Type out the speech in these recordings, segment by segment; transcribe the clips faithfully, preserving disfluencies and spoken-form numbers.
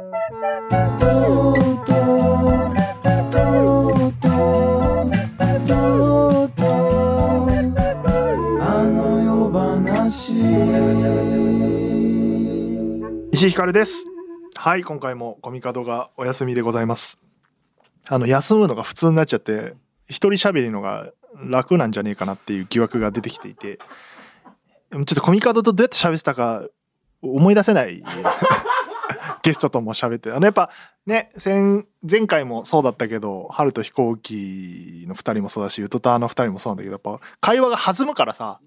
石井ひかるです。はい、今回もコミカドがお休みでございます。あの休むのが普通になっちゃって一人喋りのが楽なんじゃねえかなっていう疑惑が出てきていて、ちょっとコミカドとどうやって喋ってたか思い出せないゲストとも喋って、あのやっぱね、前, 前回もそうだったけど、春と飛行機のふたりもそうだし、ウトターのふたりもそうなんだけど、やっぱ会話が弾むからさ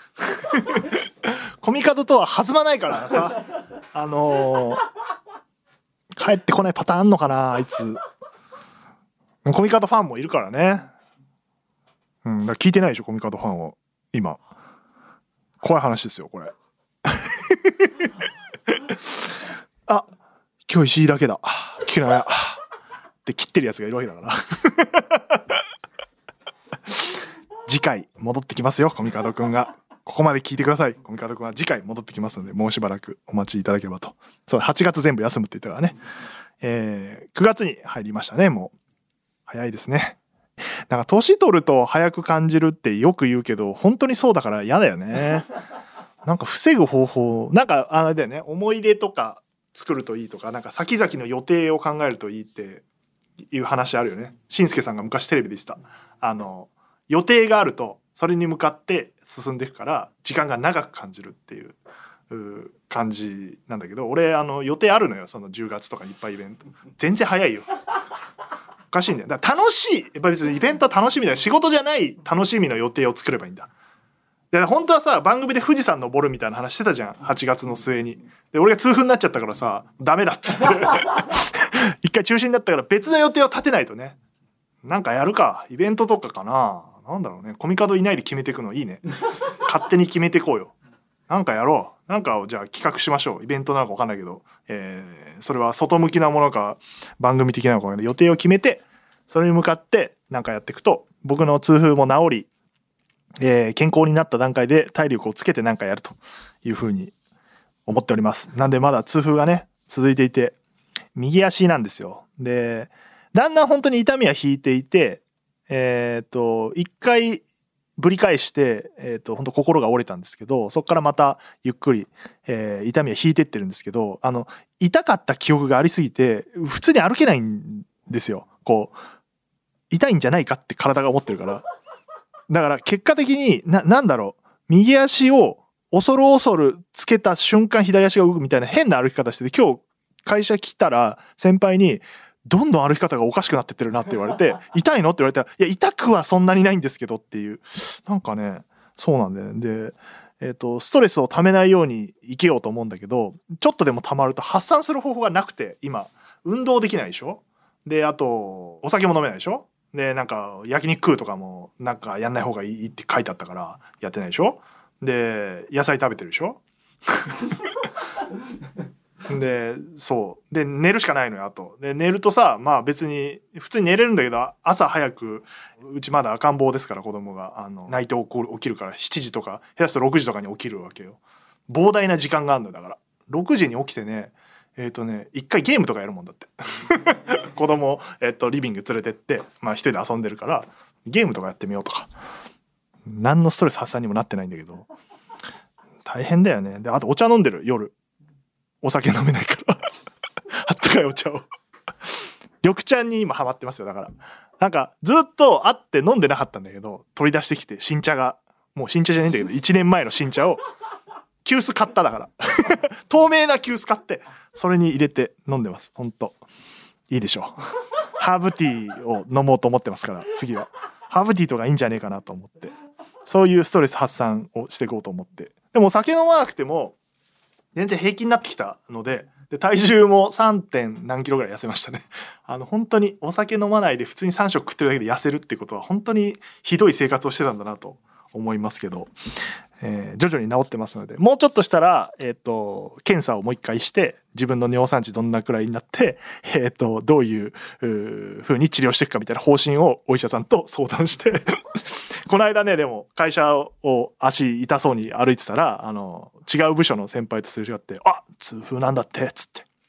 コミカドとは弾まないからさ、あのー、帰ってこないパターンあんのかなあいつ。コミカドファンもいるからね。うん、だから聞いてないでしょコミカドファンを今。怖い話ですよこれあ、今日石井だけだ、聞けないって切ってるやつがいるわけだから次回戻ってきますよコミカドくんが。ここまで聞いてください。コミカドくんは次回戻ってきますので、もうしばらくお待ちいただければと。そう、はちがつ全部休むって言ったからね、えー、くがつに入りましたね。もう早いですね。なんか年取ると早く感じるってよく言うけど、本当にそうだから嫌だよね。なんか防ぐ方法、なんかあれだよね、思い出とか作るといいとか、なんか先々の予定を考えるといいっていう話あるよね。しんすけさんが昔テレビでした。あの予定があるとそれに向かって進んでいくから時間が長く感じるっていう感じなんだけど、俺あの予定あるのよ。そのじゅうがつとかにいっぱいイベント。全然早いよ。おかしいんだよ。だから楽しい、やっぱり別にイベントは楽しみだよ。仕事じゃない楽しみの予定を作ればいいんだ。で本当はさ、番組で富士山登るみたいな話してたじゃん、はちがつの末に。で俺が痛風になっちゃったからさ、ダメだっつって一回中止になったから別の予定を立てないとね。なんかやるか、イベントとかかな、なんだろうね。コミカドいないで決めていくのいいね。勝手に決めていこうよ。なんかやろう。なんかをじゃあ企画しましょう。イベントなのか分かんないけど、えー、それは外向きなものか番組的なのか分かんないけど、予定を決めてそれに向かってなんかやっていくと、僕の痛風も治り、えー、健康になった段階で体力をつけてなんかやるというふうに思っております。なんでまだ痛風がね続いていて、右足なんですよ。でだんだん本当に痛みは引いていて、えっと一回ぶり返して、えっと本当心が折れたんですけど、そこからまたゆっくり、えー、痛みは引いてってるんですけど、あの痛かった記憶がありすぎて普通に歩けないんですよ。こう痛いんじゃないかって体が思ってるから。だから結果的にな、なんだろう、右足を恐る恐るつけた瞬間左足が動くみたいな変な歩き方してて、今日会社来たら先輩にどんどん歩き方がおかしくなってってるなって言われて、痛いのって言われたら、いや痛くはそんなにないんですけどっていう、なんかね、そうなんだよね。で、えっとストレスをためないように生きようと思うんだけど、ちょっとでもたまると発散する方法がなくて、今運動できないでしょ。であとお酒も飲めないでしょ。でなんか焼肉食うとかもなんかやんない方がいいって書いてあったからやってないでしょ。で野菜食べてるでしょでそうで寝るしかないのよ。あとで寝るとさ、まあ別に普通に寝れるんだけど、朝早く、うちまだ赤ん坊ですから、子供があの泣いて起きるからしちじとか下手するとろくじとかに起きるわけよ。膨大な時間があるんだよ。だからろくじに起きてね、えっとね一回ゲームとかやるもんだって子供を、えっと、リビング連れてって、まあ、一人で遊んでるからゲームとかやってみようとか。何のストレス発散にもなってないんだけど大変だよね。であとお茶飲んでる。夜お酒飲めないからあったかいお茶を緑茶に今ハマってますよ。だからなんかずっとあって飲んでなかったんだけど、取り出してきて新茶が、もう新茶じゃないんだけどいちねんまえの新茶を急須買っただから透明な急須買ってそれに入れて飲んでます。ほんといいでしょうハーブティーを飲もうと思ってますから、次はハーブティーとかいいんじゃねえかなと思って、そういうストレス発散をしていこうと思って。でも酒飲まなくても全然平気になってきたので、で体重も さん. 点何キロぐらい痩せましたね。あの本当にお酒飲まないで普通にさん食食ってるだけで痩せるってことは本当にひどい生活をしてたんだなと思いますけど、えー、徐々に治ってますので、もうちょっとしたら、えー、と検査をもう一回して自分の尿酸値どんなくらいになって、えー、とどういう風に治療していくかみたいな方針をお医者さんと相談してこの間ね、でも会社を足痛そうに歩いてたら、あの違う部署の先輩とすれ違って、あ、痛風なんだってっつって、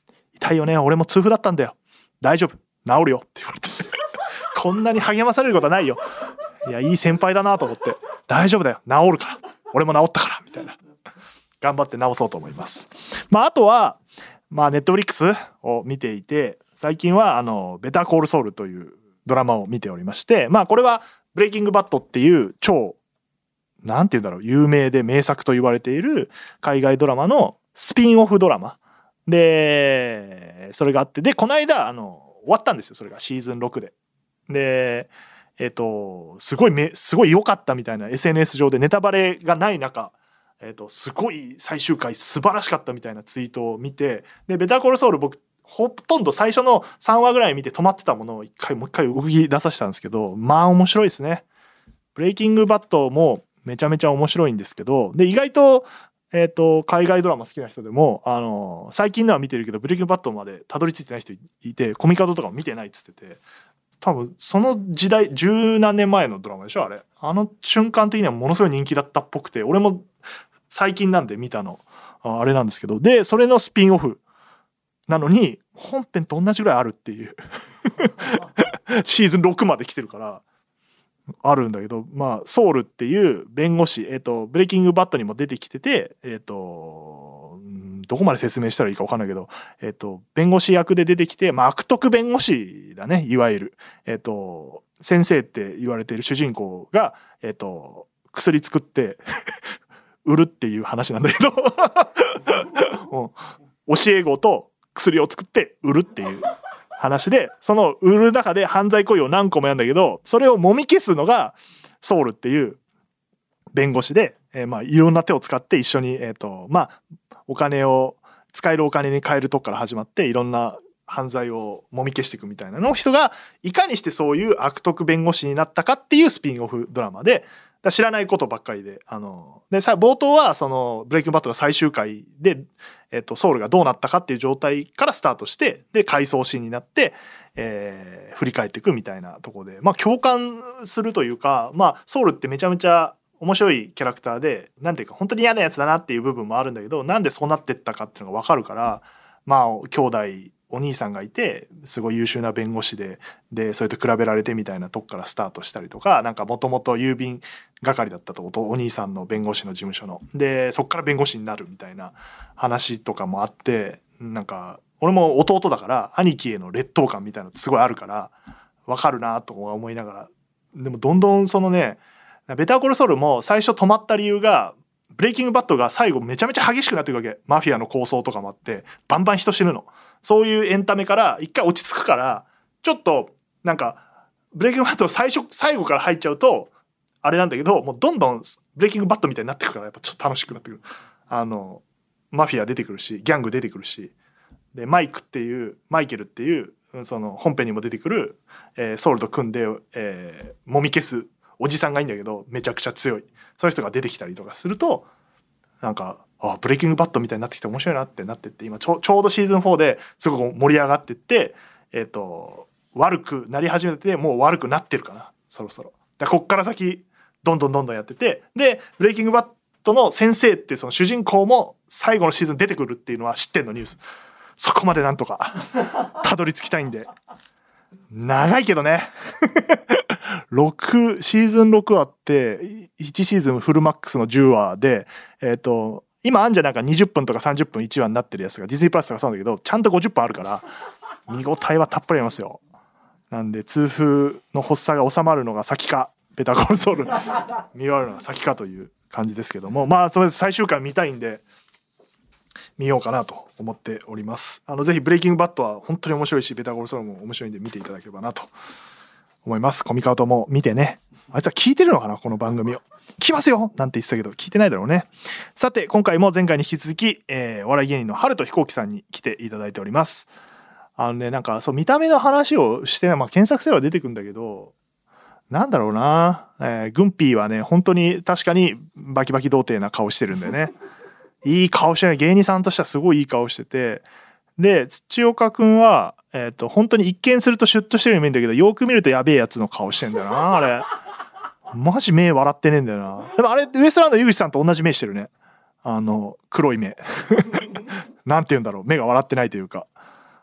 痛いよね。俺も痛風だったんだよ。大丈夫。治るよ。って言われて。こんなに励まされることはないよ。いや、いい先輩だなと思って。大丈夫だよ。治るから。俺も治ったから。みたいな。頑張って治そうと思います。まあ、あとは、まあ、ネットフリックスを見ていて、最近は、あの、ベターコールソウルというドラマを見ておりまして、まあ、これは、ブレイキングバッドっていう超、なんて言うんだろう、有名で名作と言われている海外ドラマのスピンオフドラマ。で、それがあって、で、この間、あの、終わったんですよ、それがシーズンろくで。で、えっと、すごいめ、すごい良かったみたいな エスエヌエス 上でネタバレがない中、えっと、すごい最終回素晴らしかったみたいなツイートを見て、で、ベターコールソウル僕、ほとんど最初のさんわぐらい見て止まってたものを一回、もう一回動き出させたんですけど、まあ面白いですね。ブレイキングバッドもめちゃめちゃ面白いんですけど、で、意外と、えっと、海外ドラマ好きな人でも、あの、最近のは見てるけど、ブレイキングバッドまでたどり着いてない人いて、コミカドとかも見てないっつってて、多分、その時代、十何年前のドラマでしょあれ。あの瞬間的にはものすごい人気だったっぽくて、俺も最近なんで見たの、あれなんですけど、で、それのスピンオフなのに、本編と同じぐらいあるっていう。シーズンろくまで来てるから、あるんだけど、まあ、ソウルっていう弁護士、えっと、ブレイキングバッドにも出てきてて、えっと、どこまで説明したらいいか分かんないけど、えっと、弁護士役で出てきて、まあ、悪徳弁護士だね、いわゆる。えっと、先生って言われている主人公が、えっと、薬作って売るっていう話なんだけど、うん、教え子と薬を作って売るっていう話で、その売る中で犯罪行為を何個もやるんだけど、それをもみ消すのがソウルっていう弁護士で、えー、まあいろんな手を使って一緒に、えっと、まあお金を、使えるお金に変えるとこから始まって、いろんな犯罪をもみ消していくみたいなの人が、いかにしてそういう悪徳弁護士になったかっていうスピンオフドラマで、知らないことばっかりで、あの、で、さ、冒頭はその、ブレイキングバッドの最終回で、えっと、ソウルがどうなったかっていう状態からスタートして、で、回想シーンになって、えー、振り返っていくみたいなところで、まあ、共感するというか、まあ、ソウルってめちゃめちゃ面白いキャラクターで、なんていうか、本当に嫌なやつだなっていう部分もあるんだけど、なんでそうなってったかっていうのがわかるから、まあ、兄弟、お兄さんがいてすごい優秀な弁護士ででそれと比べられてみたいなとこからスタートしたりとか、なんかもともと郵便係だったとお兄さんの弁護士の事務所ので、そっから弁護士になるみたいな話とかもあって、なんか俺も弟だから兄貴への劣等感みたいなのすごいあるからわかるなと思いながら、でもどんどんそのね、ベターコールソウルも最初止まった理由が、ブレイキングバッドが最後めちゃめちゃ激しくなっていくわけ。マフィアの抗争とかもあってバンバン人死ぬの。そういうエンタメから一回落ち着くから、ちょっとなんかブレイキングバッドの最初最後から入っちゃうとあれなんだけど、もうどんどんブレイキングバッドみたいになってくるから、やっぱちょっと楽しくなってくる。あのマフィア出てくるし、ギャング出てくるし、でマイクっていうマイケルっていうその本編にも出てくる、えー、ソウルと組んで、えー、もみ消すおじさんがいいんだけどめちゃくちゃ強い、そういう人が出てきたりとかすると、なんかあブレイキングバッドみたいになってきて面白いなってなってって、今ちょちょうどシーズンフォーですごく盛り上がってって、えっと悪くなり始めて、もう悪くなってるかな、そろそろ。だこっから先どんどんどんどんやってて、でブレイキングバッドの先生ってその主人公も最後のシーズン出てくるっていうのは知ってんの、ニュース。そこまでなんとかたどり着きたいんで、長いけどねろくシーズンろくわっていちシーズンフルマックスのじゅうわで、えっと今あんじゃなんかにじゅっぷんとかさんじゅっぷんいちわになってるやつがディズニープラスとかそうなんだけど、ちゃんとごじゅっぷんあるから見応えはたっぷりありますよ。なんで痛風の発作が収まるのが先か、ベターコールソウル見終わるのが先かという感じですけども、まあとりあえず最終回見たいんで見ようかなと思っております。あのぜひブレイキングバッドは本当に面白いし、ベターコールソウルも面白いんで見ていただければなと思います。コミカートも見てね。あいつは聞いてるのかな、この番組を。聞きますよなんて言ってたけど聞いてないだろうね。さて今回も前回に引き続き、えー、お笑い芸人の春と飛行機さんに来ていただいております。あのね、なんかそう見た目の話をして、まあ、検索すれば出てくるんだけど、なんだろうな、えー、グンピーはね本当に確かにバキバキ童貞な顔してるんだよね。いい顔してる、芸人さんとしてはすごいいい顔してて、で土岡くんはえっと本当に一見するとシュッとしてるように見えるんだけど、よく見るとやべえやつの顔してんだよな、あれ。マジ目笑ってねえんだよな。でもあれウエストランド井口さんと同じ目してるね。あの黒い目なんて言うんだろう、目が笑ってないというか、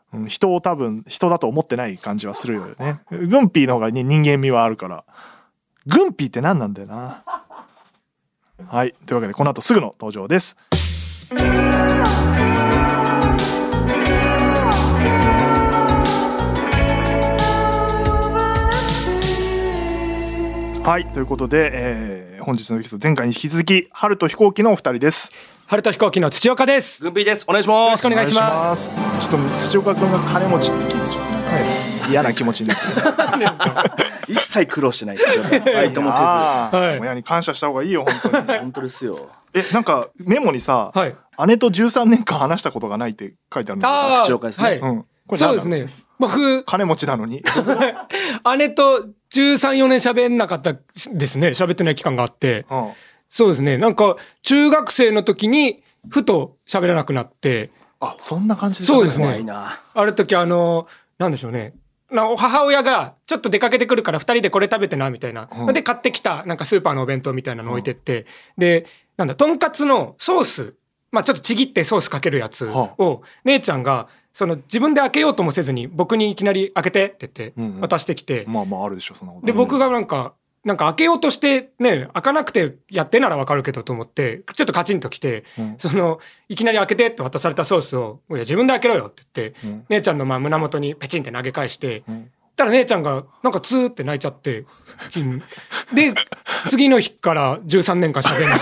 うん、人を多分人だと思ってない感じはするよね。グンピーの方が、ね、人間味はあるから。グンピーって何なんだよな。はい、というわけでこの後すぐの登場です。はい、ということで、えー、本日のゲスト前回に引き続き春と飛行機のお二人です。 春と飛行機の土岡です。 グンピーです。お願いします。 よろしくお願いします。 ちょっと土岡君が金持ちって聞いてちょっとなんか、はい、嫌な気持ちになって一切苦労してないですよ。バイトもせず、 はい、親に感謝した方がいいよ本当に。 本当ですよ。 え、なんかメモにさ、はい、姉とじゅうさんねんかん話したことがないって書いてあるんだけど。 土岡ですね。はい、うん、 これそうですね。僕金持ちなのに姉とじゅうさん、よねん喋んなかったですね。喋ってない期間があって、うん、そうですね。なんか中学生の時にふと喋らなくなって。 あ、そんな感じでそうですね。ある時あのなんでしょうね。母親がちょっと出かけてくるからふたりでこれ食べてなみたいな、うん、で買ってきたなんかスーパーのお弁当みたいなの置いてって、うん、でなんだとんかつのソース、まあちょっとちぎってソースかけるやつを姉ちゃんがその自分で開けようともせずに僕にいきなり開けてって言って渡してきて、 うんうん、まあまああるでしょそんなこと。 で僕がなんかなんか開けようとしてね、開かなくてやってならわかるけどと思ってちょっとカチンときて、うん、そのいきなり開けてって渡されたソースをいや自分で開けろよって言って、うん、姉ちゃんのまあ胸元にペチンって投げ返して、うん、たら姉ちゃんがなんかツーって泣いちゃってで次の日からじゅうさんねんかん喋んない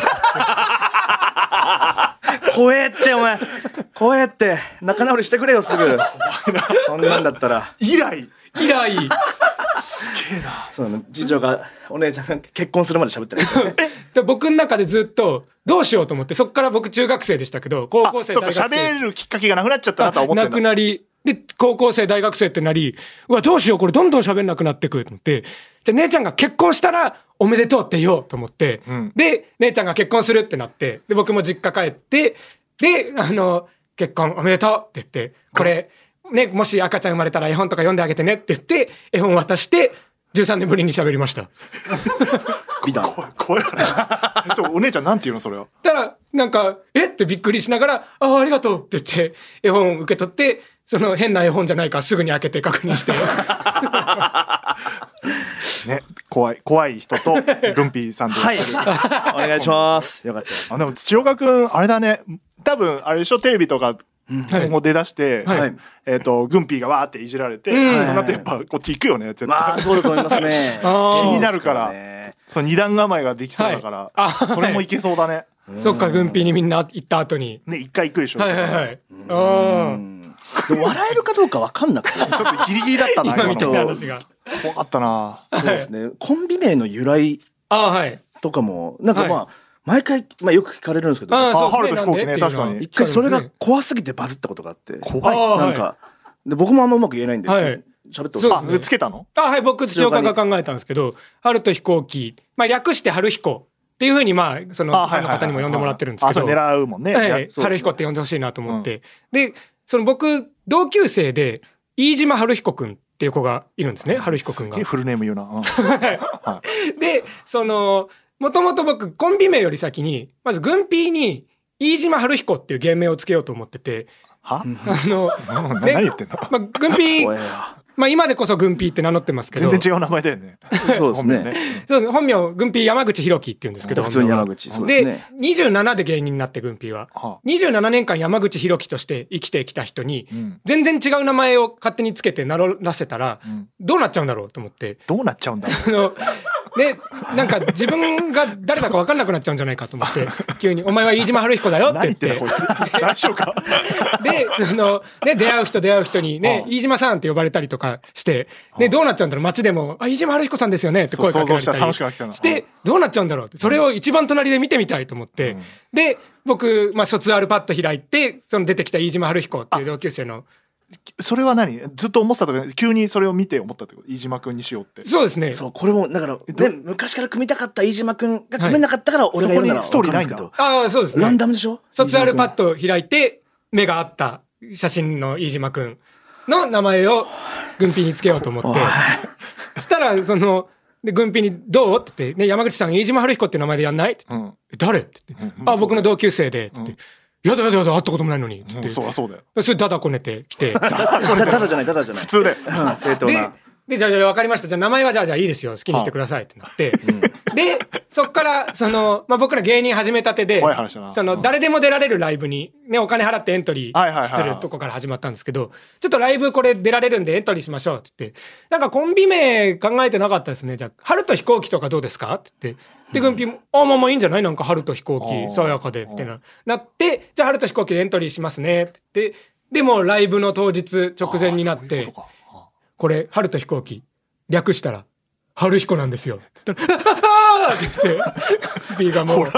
怖えってお前怖えって仲直りしてくれよすぐそんなんだったら以来以来すげえな。 そうなの。次女がお姉ちゃんが結婚するまで喋ってる、ね、 で僕の中でずっとどうしようと思って、そっから僕中学生でしたけど高校生大学生喋るきっかけがなくなっちゃったなと思ってなくなりで高校生大学生ってなり、うわどうしようこれどんどん喋んなくなってくると思って、じゃあ姉ちゃんが結婚したらおめでとうって言おうと思って、うん、で姉ちゃんが結婚するってなって、で僕も実家帰ってであの結婚おめでとうって言ってこれ、うんね、もし赤ちゃん生まれたら絵本とか読んであげてねって言って絵本渡してじゅうさんねんぶりに喋りました美談怖い怖い話そうお姉ちゃんなんて言うのそれは。 だからなんかえってびっくりしながらああありがとうって言って絵本受け取って、その変な絵本じゃないかすぐに開けて確認してね、怖い怖い人とグンピーさんではいお願いします。よかった。 あでも土岡くんあれだね、多分あれでしょテレビとか今後出だして、はい、えっ、ー、とグンピーがわーっていじられて、うん、その後やっぱこっち行くよね絶対。 まあそうだと思いますね気になるから、その二段構えができそうだから、はい、それもいけそうだね。 そっかグンピーにみんな行った後にね一回行くでしょ。 はいはいはい。 でも笑えるかどうか分かんなくてちょっとギリギリだったな今みたいな話が怖かったな。 そうですね、コンビ名の由来とかもなんかまあ、はい毎回、まあ、よく聞かれるんですけど、 ああ春と飛行機ね確かに一回それが怖すぎてバズったことがあって、 怖いなんかで僕もあんまうまく言えないんで、はい、喋ってほしい。 あ、ね、つけたの？ あはい僕土岡が考えたんですけど、春と飛行機、まあ、略して春彦っていうふうにまあそのファンの方にも呼んでもらってるんですけど、 狙うもんね、 はい、春彦って呼んでほしいなと思って、うん、でその僕同級生で飯島春彦くんっていう子がいるんですね。春彦くんがすげえフルネーム言うな、うんはい、でそのもともと僕コンビ名より先にまずグンピーに飯島春彦っていう芸名をつけようと思ってて、 はあの何言ってんの、 まあ、グンピーまあ今でこそグンピーって名乗ってますけど全然違う名前だよねそうですねそうです本名グンピー山口弘樹って言うんですけど、 普通に山口そうですね。 でにじゅうななで芸人になってグンピーは、はあ、にじゅうななねんかん山口弘樹として生きてきた人に、うん、全然違う名前を勝手につけて名乗らせたら、うん、どうなっちゃうんだろうと思って。 どうなっちゃうんだろうでなんか自分が誰だか分かんなくなっちゃうんじゃないかと思って急に「お前は飯島春彦だよ」って言って何言ってんだこいつ大丈夫かでその、ね、出会う人出会う人にね「飯島さん」って呼ばれたりとかして、ね、どうなっちゃうんだろう街でも「あ飯島春彦さんですよね」って声かけられたりしてどうなっちゃうんだろうってそれを一番隣で見てみたいと思って、うん、で僕、まあ、卒アルパッと開いてその出てきた飯島春彦っていう同級生のそれは何ずっと思ってたとか急にそれを見て思ったってこと飯島くんにしようって。 そうですね。 そうこれもだから、ね、昔から組みたかった飯島くんが組めなかったから俺がやるならストーリーないんだ。 ああそうですね。 ランダムでしょ。 卒アルパッと開いて目が合った写真の飯島くんの名前をグンピーにつけようと思ってそしたらそのでグンピーにどうって言って、ね、山口さん飯島春彦っていう名前でやんないって言って、うん、誰って言って、うん、あ僕の同級生でって言って、 やだやだやだ会ったこともないのにって言って、 そうそうだよ。 それダダこねてきてダダじゃないダダじゃない普通で正当な。 で、じゃあ、じゃあ分かりました。じゃあ名前はじゃあ、じゃあいいですよ。好きにしてくださいってなって。うん、で、そっから、その、まあ、僕ら芸人始めたてで、その、誰でも出られるライブに、ね、お金払ってエントリーするとこから始まったんですけど、ちょっとライブこれ出られるんでエントリーしましょうって言って、なんかコンビ名考えてなかったですね。じゃあ、春と飛行機とかどうですかって言って、で、軍ピも、あ、まあまあいいんじゃないなんか春と飛行機、爽やかで、みたいな。なって、じゃあ春と飛行機でエントリーしますねって言って、でもライブの当日直前になって、これ、春と飛行機。略したら、春彦なんですよ。って言ったら、あーって言って、B がもう。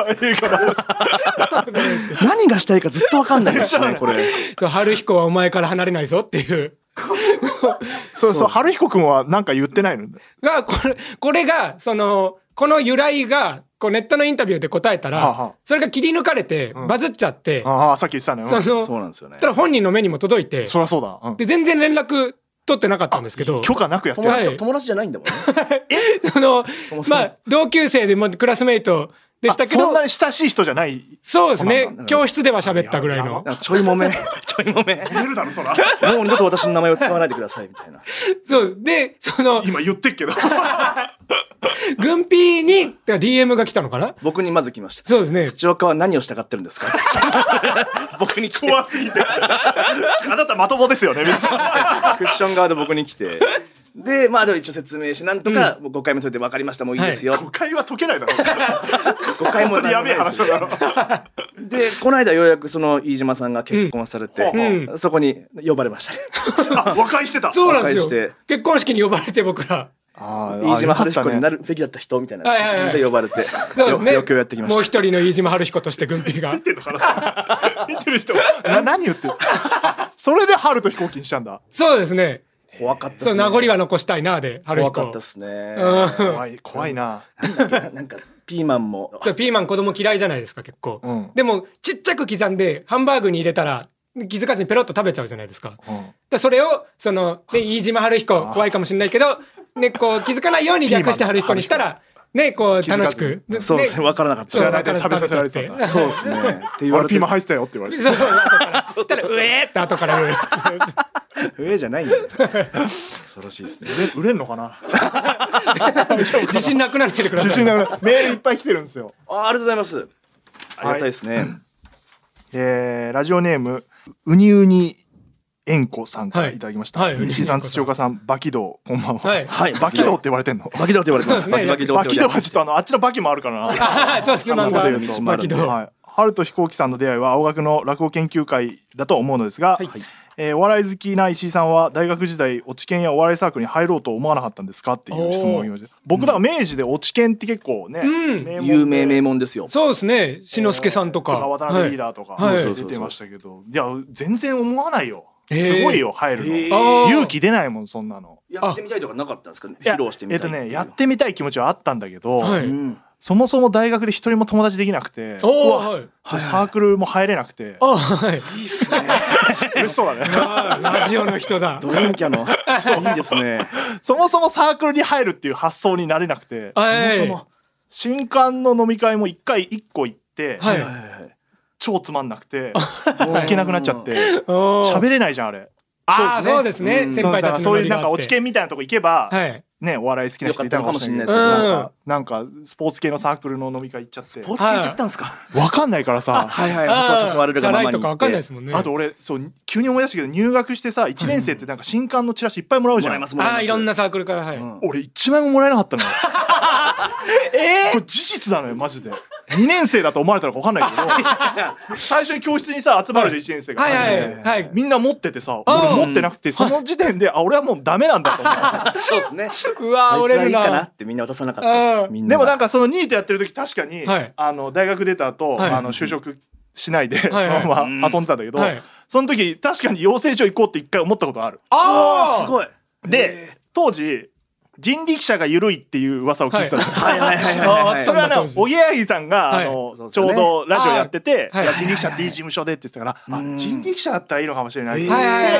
何がしたいかずっとわかんないですね、これ。 そう、春彦はお前から離れないぞっていう。 そうそう、春彦くんは何か言ってないのが、これ、これが、その、この由来が、こうネットのインタビューで答えたら、ははそれが切り抜かれて、バズっちゃって、 うん、ああ、さっき言ってたのよ。 その、そうなんですよね。 ただ本人の目にも届いて、 そりゃそうだ。 うん、で、全然連絡、取ってなかったんですけど許可なくやってる、はい、友達じゃないんだもんねえそのまあ同級生でもクラスメイトでしたけどそんなに親しい人じゃないそうですね教室では喋ったぐらいのちょいもめちょいもめ出るだろそらもう二度と私の名前を使わないでくださいみたいなそうでその今言ってっけど軍ピーに ディーエム が来たのかな僕にまず来ましたそうですね土岡は何をしたがってるんですか僕に来て怖すぎてあなたまともですよねクッション側で僕に来てでまあでも一応説明しなんとかごかいめ解いて分かりましたもういいですよ、 はい、ごかいは解けないだろごかいもやべえ話だろでこの間ようやくその飯島さんが結婚されて、うん、そこに呼ばれましたねあ和解してたそうなんですよ結婚式に呼ばれて僕らあ飯島春彦になるべきだった人みたいな感じで呼ばれてそうですね余興やってきましたもう一人の飯島春彦として軍ピがついてるのかな見てる人な何言ってるそれで春と飛行機にしたんだそうですね怖かったですねそう名残は残したいなで春彦怖かったですね怖い怖いななんかピーマンもそうピーマン子供嫌いじゃないですか結構、うん、でもちっちゃく刻んでハンバーグに入れたら気づかずにペロッと食べちゃうじゃないですか、うん、でそれをそので飯島春彦怖いかもしれないけどねこう気づかないように略して春彦にしたらねこう楽しくそうですね分からなかった知らないで食べさせられてたそうですねって言われてピーマン入ってたよって言われてそうそしたらうえーって後から上上じゃないんだよ恐ろしいですね売れんのかな自信なくなってください自信なくなメールいっぱい来てるんですよあありがとうございますありがたいですね、はいえー、ラジオネームうにうにえんこさんからいただきました、はいはい、石井さん土岡さんバキドーこんばんは、はいはい、バキドーって言われてんのバキドーって言われてます、ね、バキドーバキドーはちょっとあのあっちのバキもあるからなそうですねなんかバキドー、 はい、春と飛行機さんの出会いは青学の落語研究会だと思うのですが、はいえー、お笑い好きな石井さんは大学時代落研やお笑いサークルに入ろうと思わなかったんですかっていう質問を言いました僕だから明治で落研って結構ね、 うん、有名名門ですよそうですね志の輔さんとか渡辺リーダーとか、はい、出てましたけどいや全然思わないよすごいよ入るの勇気出ないもんそんなのやってみたいとかなかったんですか披露してみたいえっとねやってみたい気持ちはあったんだけど、はいうんそもそも大学で一人も友達できなくて、はい、サークルも入れなくて、 はい、 いいっすね。 嬉しそうだね。 ラジオの人だ。 ド陰キャの。いいですね。 そもそもサークルに入るっていう発想になれなくて、そもそも新刊の飲み会も一回一個行って、はい、超つまんなくて行けなくなっちゃって喋れないじゃんあれ。 ああそうですね。先輩たちのそういうなんか落ち研みたいなとこ行けば。はいね、お笑い好きな人いたのかもしれないですけど、なんか、なんかスポーツ系のサークルの飲み会行っちゃって。スポーツ系行っちゃったんですか。 わかんないからさ。 はいはい。誘われるがままに。 とかわかんないですもんね。 あと俺、そう、急に思い出したけど、入学してさ、いちねん生ってなんか新刊のチラシいっぱいもらうじゃん。もらいます、 もらいます。ああ、いろんなサークルから、はい。 俺一枚ももらえなかったのよ。えー、これ事実なのよ、マジで。にねん生だと思われたのか分かんないけど最初に教室にさ集まるじゃんいちねん生が初めてみんな持っててさ俺持ってなくてその時点であ俺はもうダメなんだと思うそうですねうわ俺いいかなってみんな渡さなかったでもなんかそのニートやってる時確かにあの大学出た後あの就職しないでそのまま遊んでたんだけどその時確かに養成所行こうって一回思ったことあるああすごいで当時人力車が緩いっていう噂を聞いてたんですよ。 はいはいはいはい。 それはね、おぎやはぎさんが、あの、ちょうどラジオやってて、いや人力車っていい事務所でって言ってたから、あ、人力車だったらいいのかもしれないって言って、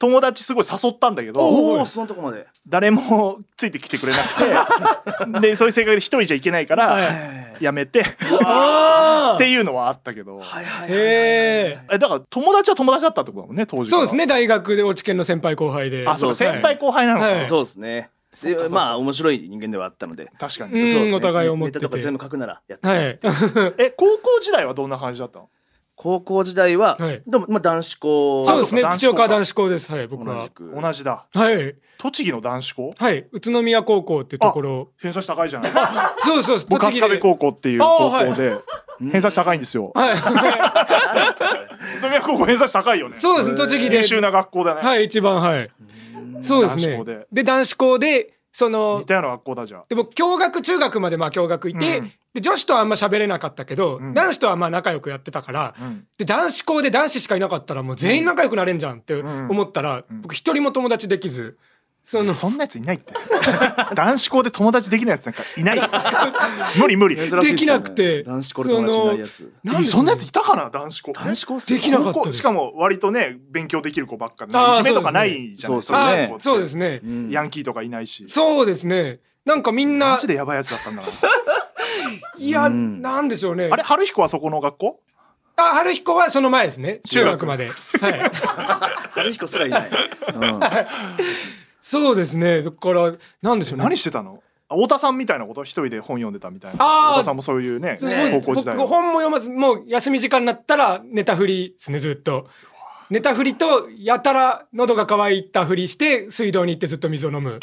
友達すごい誘ったんだけど、 おおそのとこまで誰もついてきてくれなくてでそういう性格で一人じゃいけないからやめてっていうのはあったけど、 はいはいはい、 へえだから友達は友達だったってことだもんね当時から。 そうですね、大学で落研の先輩後輩で。 あそう先輩後輩なのか、 はいそうですね。でまあ面白い人間ではあったので、 確かに、 うんそうですね、 お互い思っててネタとか全部書くならやって、 はいえ高校時代はどんな感じだったの？ 高校時代は、 はいでもまあ男子校、 そうですね、 あそうか土岡男子校です。はい、僕は同じ。く同じだ。 はい栃木の男子校？ はい、宇都宮高校ってところ。 偏差値高いじゃない。 そうですそうです、 僕春日部高校っていう高校で偏差値高いんですよ。 はい宇都宮高校偏差値高いよね。 そうですね、栃木で優秀な学校だね。 はい一番、はいそうですね。 男子校でで男子校でその似たような学校だじゃん。 でも共学中学までまあ共学いて、 うんで女子とはあんま喋れなかったけど、 うん男子とはまあ仲良くやってたから、 うんで男子校で男子しかいなかったらもう全員仲良くなれんじゃんって思ったら、 うん僕一人も友達できず、そのそんなやついないって男子校で友達できないやつなんかいないよ無理無理。 珍しいっすよねできなくて男子校で友達いないやつ。 なんでそんなやついたかな男子校。 男子校っすよできなかったです。 高校しかも割とね勉強できる子ばっかり、 あーいじめとかないじゃないそうですねそうですね高校ってそうですね、 うんヤンキーとかいないし。 そうですね、なんかみんなマジでやばいやつだったんだからいや、 うんなんでしょうね。 あれ春彦はそこの学校？ あ春彦はその前ですね、中学まで。はい春彦すらいない、うん、 そうですね、だからなんでしょうね。 何してたの？あ太田さんみたいなこと？一人で本読んでたみたいな。 あー太田さんもそういうねね高校時代は僕本も読まず、もう休み時間になったらネタ振りですね、ずっと。ネタ振りとやたら喉が渇いたふりして水道に行ってずっと水を飲む。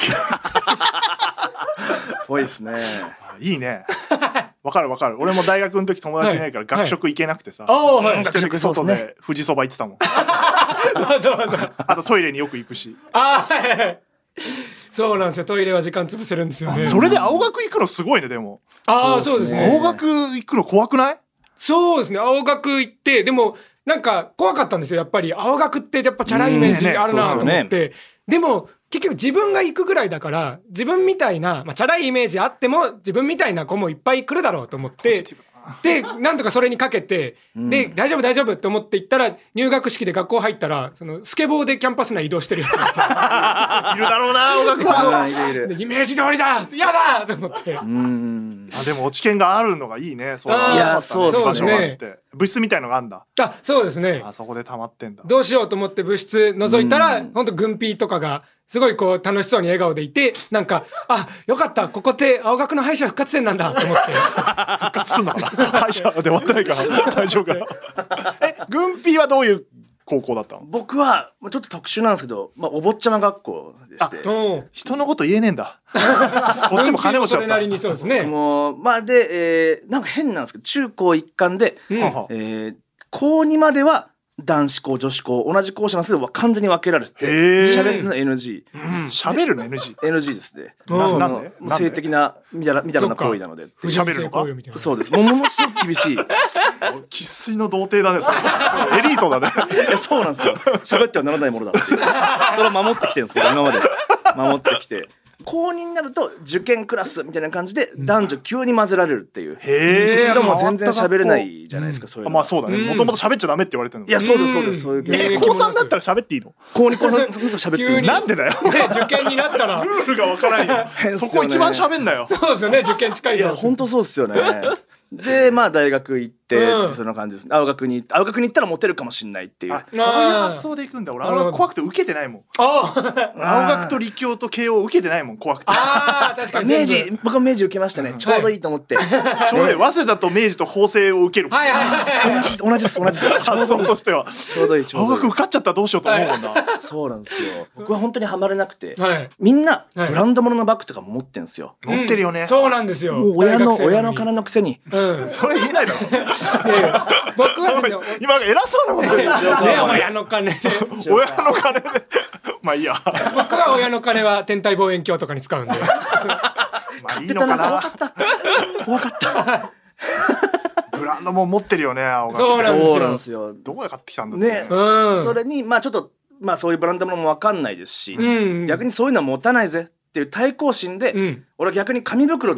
ぽいですね。 いいね。わかるわかる。俺も大学の時友達いないから学食行けなくてさ、 ああはい。 一人で外で富士そば行ってたもん。 そうそうそう。 あとトイレによく行くし。 ああはいはい。そうなんですよ。トイレは時間潰せるんですよね。 それで青学行くのすごいねでも。 ああそうですね。 青学行くの怖くない？ そうですね。青学行ってでもなんか怖かったんですよ。やっぱり青学ってやっぱチャラいイメージあるなと思って。でも結局自分が行くぐらいだから自分みたいな、まあ、チャラいイメージあっても自分みたいな子もいっぱい来るだろうと思ってでなんとかそれにかけて、うん、で大丈夫大丈夫って思って行ったら入学式で学校入ったらそのスケボーでキャンパス内移動してるやつがいているだろうな青学はイメージ通りだやだと思ってうんあでも落ち研があるのがいいねそういやそうですね部室みたいのがあるんだあそうですねあそこで溜まってんだどうしようと思って部室覗いたら本当軍ピーとかがすごいこう楽しそうに笑顔でいてなんかあよかったここって青学の敗者復活戦なんだと思って復活すんのかな敗者で終わってないから大丈夫かなえ軍ピーはどういう高校だったの？ 僕はちょっと特殊なんですけど、まあ、お坊ちゃま学校でして人のこと言えねえんだこっちも金持ちだった。 それなりにそうですねもうまあで、えー、なんか変なんですけど中高一貫で、うんえー、高にまでは男子校女子校同じ校舎なんですけど完全に分けられて喋るの エヌジー喋、うん、るの エヌジーエヌジー ですね。 なんで性的なみたいなみたいな行為なので喋るのかそうですものすごく厳しい生粋の童貞だねそれエリートだねいやそうなんですよ喋ってはならないものだっていうそれを守ってきてるんですけど今まで守ってきて高にになると受験クラスみたいな感じで男女急に混ぜられるっていう、うん、 へえでも全然喋れないじゃないですか、うん、そういうのまあそうだねもともと喋っちゃダメって言われてるのいやそうですそうですそういうえ高さんだったら喋っていいの？ 高に高さんだったら喋っていいなんでだよ受験になったらルールがわからんよそこ一番喋んなよそうですよね受験近いいや本当そうですよねでまあ大学行って、うん、そんな感じです青学に青学に行ったらモテるかもしれないっていうあそういう発想で行くんだ俺青学怖くて受けてないもん青学と理教と慶応受けてないもん怖くてあ確かに明治僕は明治受けましたね、うん、ちょうどいいと思って、はい、 ちょうどいい早稲田と明治と法政を受けるはいはいはい同じ同じです同じです発想としてはちょうどいいちょうどいい青学受かっちゃったらどうしようと思うもんな、 はい、そうなんですよ僕は本当にハマれなくて、 はい、 みんなブランド物のバッグとかも持ってんですよ、 持ってるよね、 うん、そうなんですよもう親の親の金のくせに、 うん、 それ言えないだろいやいや僕は今偉そうなこと言ってるね親の金で親の金でまあいいや僕は親の金は天体望遠鏡とかに使うんでまあいいのかな怖かった怖かったブランドも持ってるよね青学そうなんですよどこで買ってきたんだってね、うん、それにまあちょっとまあそういうブランドものも分かんないですし、うん、逆にそういうのは持たないぜっていう対抗心で、うん、俺は逆に紙袋で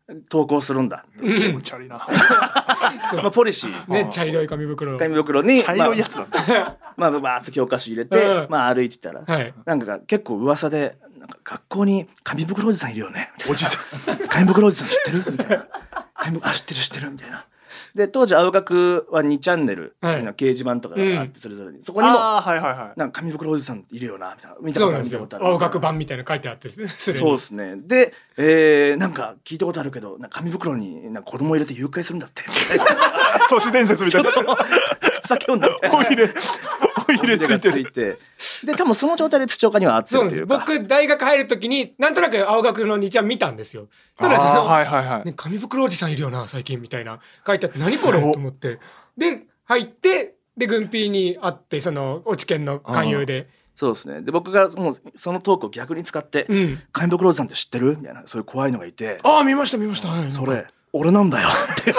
投稿するんだ。 気持ち悪いな。 まあポリシー。 ね、茶色い紙袋。 紙袋に茶色いやつなんだ。 まあバーッと教科書入れて、まあ歩いてたら、なんか結構噂でなんか学校に紙袋おじさんいるよね。 おじさん。 紙袋おじさん知ってるみたいな。紙袋あ知ってる知ってるみたいな。で当時青学はにチャンネルの掲示板とかがあってそれぞれにそこにもなんか紙袋おじさんいるよなみたいな見たことある見たことある青学版みたいな書いてあってそうですねで、えー、なんか聞いたことあるけどなんか紙袋になんか子供入れて誘拐するんだって都市伝説みたいな酒飲んだみたいなお入れお入れついてるてで多分その状態で土岡には会ってるっていうか僕大学入る時になんとなく青学のにちゃん見たんですよただその、はいはいはいね、紙袋おじさんいるよな最近みたいな書いてあって何これと思ってで入ってで軍ピーに会ってその落研の勧誘でそうですねで僕がもうそのトークを逆に使って「うん、紙袋おじさんって知ってる?」みたいなそういう怖いのがいてああ見ました見ました、はい、 それ俺なんだよって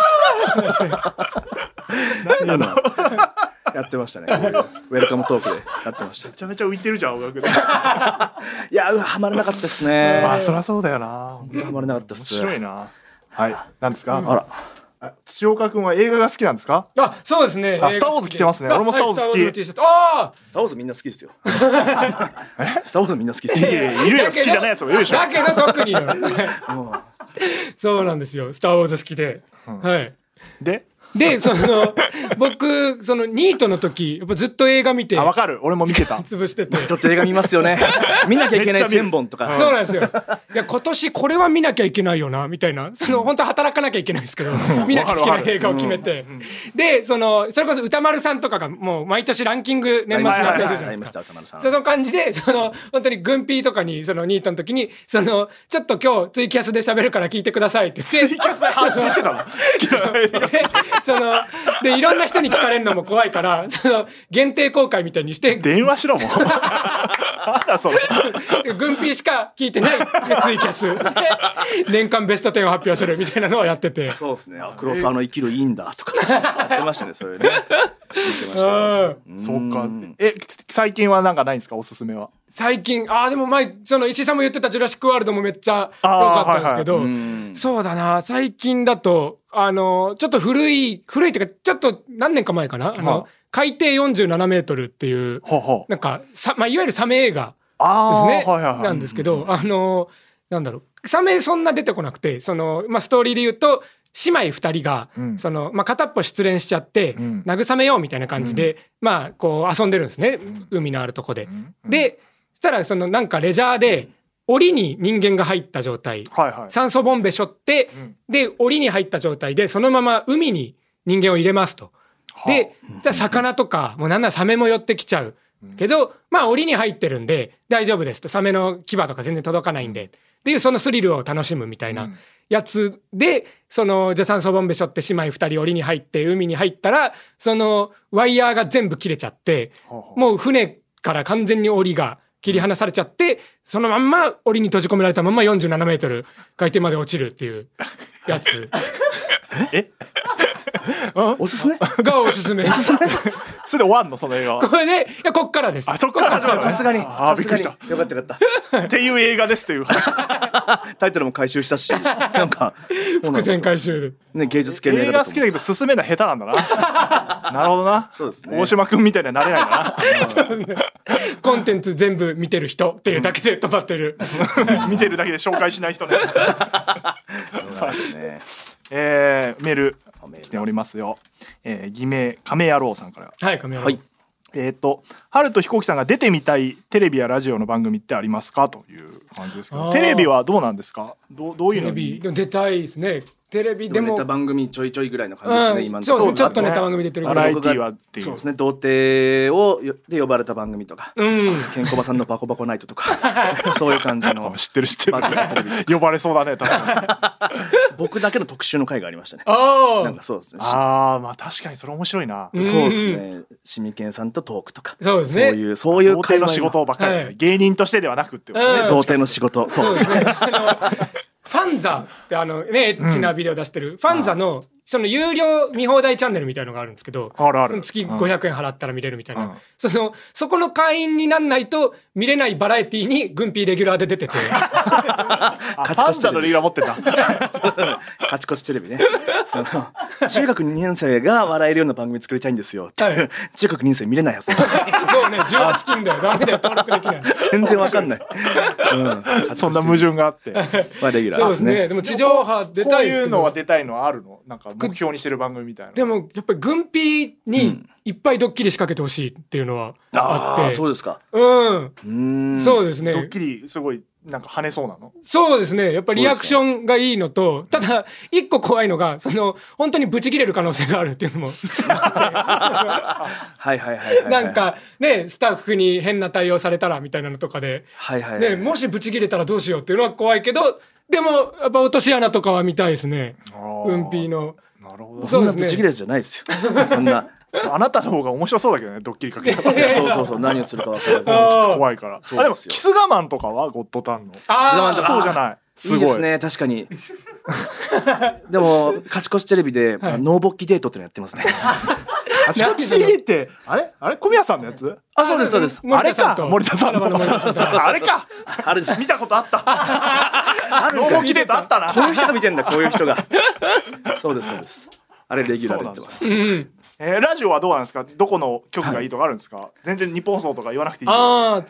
何なのやってましたねこういうウェルカムトークでやってましためちゃめちゃ浮いてるじゃん青学でいやハマれなかったですねまあそりゃそうだよな本当ハマれなかったっす面白いなはい何ですか、 うん、あら土岡君は映画が好きなんですかあそうですねあスターウォーズ着てますね俺もスターウォーズ好き、 はい、スターウォーズ T シャツあスターウォーズみんな好きですよスターウォーズみんな好きですよいるよ好きじゃないやつもいるでしょだけど特にそうなんですよスターウォーズ好きで、うん、はいででその僕そのニートの時やっぱずっと映画見てあ分かる俺も見てた潰しててちょっと映画見ますよね見なきゃいけないせんぼんとかそうなんですよいや今年これは見なきゃいけないよなみたいなその本当働かなきゃいけないんですけど見なきゃいけない映画を決めて、うん、でそのそれこそ歌丸さんとかがもう毎年ランキング年末に発表するじゃないですかその感じでその本当に軍ピーとかにそのニートの時にそのちょっと今日ツイキャスで喋るから聞いてくださいって言ってツイキャスで発信してたの好きだねそのでいろんな人に聞かれるのも怖いからその限定公開みたいにして電話しろもなんだそれ軍ピーしか聞いてないツイキャスで年間ベストテンを発表するみたいなのをやっててそうですね黒沢の生きるいいんだとかやってましたねそれね言ってましたそうかえ最近はなんかないんですかおすすめは最近あーでも前その石井さんも言ってたジュラシックワールドもめっちゃ良かったんですけど、はいはい、そうだな最近だとあのちょっと古い古いっていうかちょっと何年か前かな、はあ、あの海底よんじゅうななメートルっていうはあ、なんかさ、まあ、いわゆるサメ映画ですね、はいはいはい、なんですけどあのなんだろうサメそんな出てこなくてその、まあ、ストーリーで言うと姉妹ふたりが、うんそのまあ、片っぽ失恋しちゃって、うん、慰めようみたいな感じで、うんまあ、こう遊んでるんですね、うん、海のあるとこで。うんうん、でそしたらそのなんかレジャーで檻に人間が入った状態、はいはい、酸素ボンベ背負って、うん、で檻に入った状態でそのまま海に人間を入れますと。でじゃあ魚とかもうなんならサメも寄ってきちゃうけど、まあ檻に入ってるんで大丈夫ですとサメの牙とか全然届かないんでっていうそのスリルを楽しむみたいなやつで、そのじゃあ酸素ボンベ背負って姉妹ふたり檻に入って海に入ったらそのワイヤーが全部切れちゃってもう船から完全に檻が切り離されちゃってそのまんま檻に閉じ込められたままよんじゅうななメートル海底まで落ちるっていうやつえおすすめがおすすめそれで終わんのその映画はこれでいやこっからですあそっから始まるさすがにあびっくりしたよかったよかったっていう映画ですっていうタイトルも回収したしなんか伏線回収ね芸術系の映画好きだけど進めるの下手なんだななるほどなそうですね大島君みたいになれないなコンテンツ全部見てる人っていうだけで止まってる見てるだけで紹介しない人ねそうですねえー、メール来ておりますよ、えー、偽名亀野郎さんからはい亀野郎、 はい、えっ、ー、と春と飛行機さんが出てみたいテレビやラジオの番組ってありますかという感じですけどテレビはどうなんですか ど, どういうのにテレビ出たいですねテレビでもネタ番組ちょいちょいぐらいの感じですね、うん、今のそうですねちょっとネタ番組出てるバラエティーはっていうそうですね童貞をで呼ばれた番組とか、うん、ケンコバさんのバコバコナイトとかそういう感じの知ってる知ってる呼ばれそうだね確かに僕だけの特集の回がありましたねあなんかそうですねああまあ確かにそれ面白いな、 うん、そうですねシミケンさんとトークとかそうですねそういうそういう童貞の仕事ばっかり、はい、芸人としてではなくってことね、 うん、童貞の仕事そうですねファンザってあのねエッチなビデオ出してる、うん、ファンザのその有料見放題チャンネルみたいのがあるんですけど、 あるある、 その月ごひゃくえん払ったら見れるみたいな、 うん、 そのそこの会員になんないと見れないバラエティにグンピーレギュラーで出ててあパンダのレギュラー持ってたカチコチテレビねその中学にねん生が笑えるような番組作りたいんですよ、はい、中学にねん生見れないやつもうねじゅうはち禁だよダメだよ登録できない全然わかんない、 うん、そんな矛盾があってまあレギュラーそうですね。でも地上波出たいですけど、 こういうのは出たいのはあるの？なんか目標にしてる番組みたいな。 でもやっぱり軍ピーにいっぱいドッキリ仕掛けてほしいっていうのはあって、 うん、あそうですか。 うん。 うんそうですね。 ドッキリすごいなんか跳ねそうなの？ そうですね。やっぱりリアクションがいいのと、ただ一個怖いのがその本当にブチ切れる可能性があるっていうのもはいはいはいはい、はい、 なんかねスタッフに変な対応されたらみたいなのとかで、 はいはいはい、 ね、もしブチ切れたらどうしようっていうのは怖いけど、でもやっぱ落とし穴とかは見たいですね。軍ピーの。 なるほど。 そんなブチ切れじゃないですよ。そんな。 あなたの方が面白そうだけどね、ドッキリかけ方。そうそうそう、何をするか分からず。ちょっと怖いから。あ、でもキス我慢とかはゴッドタンの。 ああ、そうじゃない。 すごい。いいですね、確かに。でもカチコチテレビで、はい、ノーボッキデートってのやってますね。 カチコチテレビってあれあれ小宮さんのやつ？ あ、そうですそうです。 あれか森田さんの。あれか。あれです。見たことあった。ノーボッキデートあったな。 こういう人が見てんだ、こういう人が。そうですそうです。あれレギュラーでやってます。 えー、ラジオはどうなんですか？どこの曲がいいとかあるんですか？はい、全然日本放送とか言わなくていい。ああ。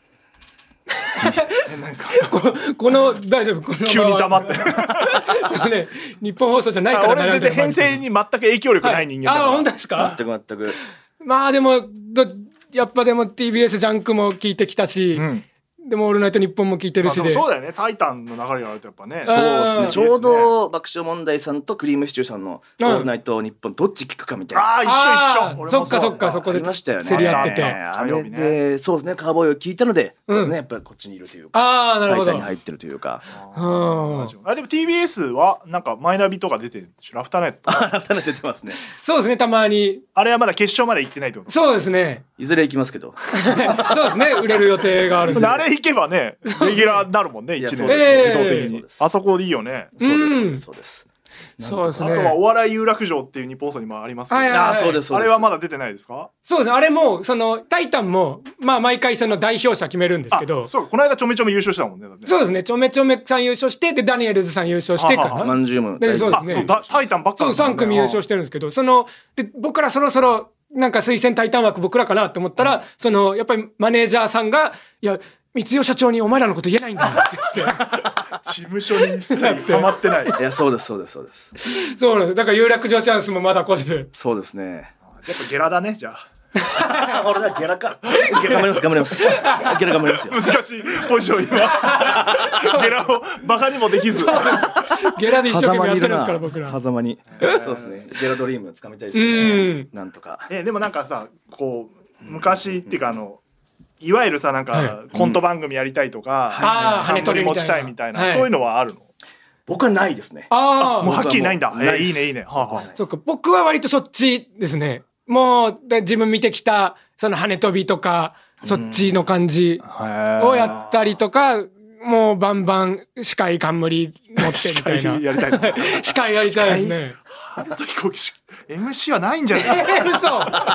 何ですか？ こ, この大丈夫？この急に黙って。 ね、日本放送じゃないから。 俺全然編成に全く影響力ない人間だから。 はい、あ、本当ですか？ 全く全く。 まあでもどやっぱでも ティービーエス ジャンクも聞いてきたし。うん、でもオールナイトニッポンも聞いてるしで、 そうだよね。タイタンの流れがあるとやっぱね。 そうですね。ちょうど爆笑問題さんとクリームシチューさんのオールナイトニッポンどっち聞くかみたいな。 ああ、一緒一緒。 そっかそっか、そこで競り合ってて。 あれでそうですね。カーボーイを聞いたので、ね、やっぱりこっちにいるというか、 ああ、なるほど。 タイタンに入ってるというか。 あ、でも ティービーエス はなんかマイナビとか出てる。ラフターナイト。 ラフターナイト出てますね。 そうですね。たまに。 あれはまだ決勝まで行ってないってこと？ そうですね。 いずれ行きますけど。 そうですね。売れる予定があるんで。 あれ行けばね。レギュラーになるもんね、いちねん自動的に。あそこでいいよね。 そうですそうです。 そうですね。 あとはお笑い有楽町っていう日本放送にもありますけど、 あ、そうです。 あれはまだ出てないですか？ そうです。あれもそのタイタンもまあ毎回その代表者決めるんですけど、 そう、この間ちょめちょめ優勝したもんね。 そうですね。ちょめちょめさん優勝してでダニエルズさん優勝してかな。 まんじゅうも。 でそうですね。 タイタンばっかり。 そうさん組優勝してるんですけど、そので僕らそろそろなんか推薦タイタン枠僕らかなって思ったら、うん、そのやっぱりマネージャーさんがいや光代社長にお前らのこと言えないんだって言って事務所に一切ハマってない。 いやそうですそうですそうです。 そうなんです。だから有楽町チャンスもまだ来ず。 そうですね。 やっぱゲラだねじゃあ。 俺だゲラか。ゲラ頑張ります頑張ります。ゲラ頑張りますよ。 難しいポジション今。ゲラをバカにもできず。 ゲラで一生懸命やってるんですから僕ら。 狭間に。そうですね。ゲラドリーム掴みたいですね。なんとか。 えでもなんかさこう昔っていうかあの。いわゆるさなんかコント番組やりたいとか、冠持ちたいみたいなそういうのはあるの？ 僕はないですね。 ああ、もうはっきりないんだ。えいいねいいね。はあはあ。 そうか僕は割とそっちですね。もう自分見てきたその跳飛びとかそっちの感じをやったりとか、もうバンバン司会冠持ってみたいな。 やりたい。 司会やりたいですね。 あの時こう エムシー はないんじゃない？ 嘘。